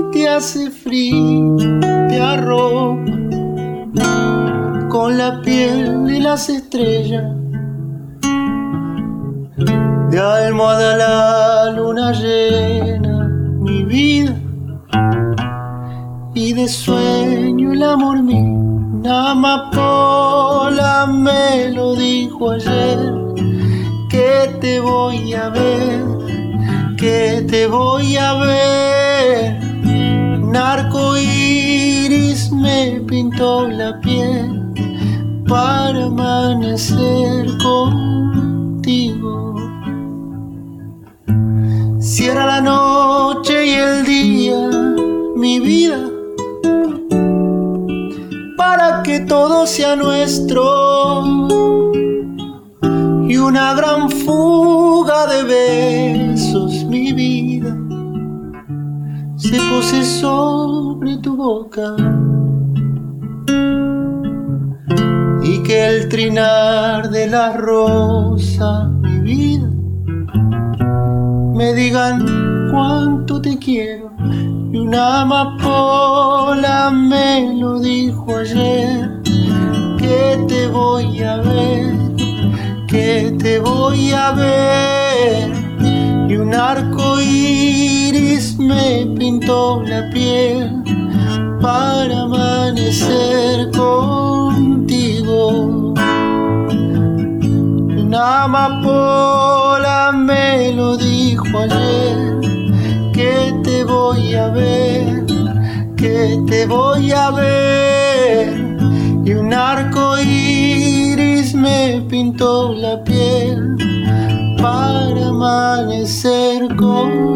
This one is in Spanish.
te hace frío, te arropa con la piel y las estrellas. De almohada la luna llena mi vida, y de sueño el amor mío. Una amapola me lo dijo ayer, que te voy a ver, que te voy a ver. Un arco iris me pintó la piel para amanecer contigo. Cierra la noche y el día, mi vida, para que todo sea nuestro, y una gran fuga de besos, mi vida, se pose sobre tu boca, y que el trinar de las rosas, mi vida, me digan cuánto te quiero. Y una amapola me lo dijo ayer, que te voy a ver, que te voy a ver. Y un arco iris me pintó la piel para amanecer contigo. Y una amapola me lo dijo ayer, que te voy a ver, que te voy a ver. Y un arco iris me pintó la piel para amanecer con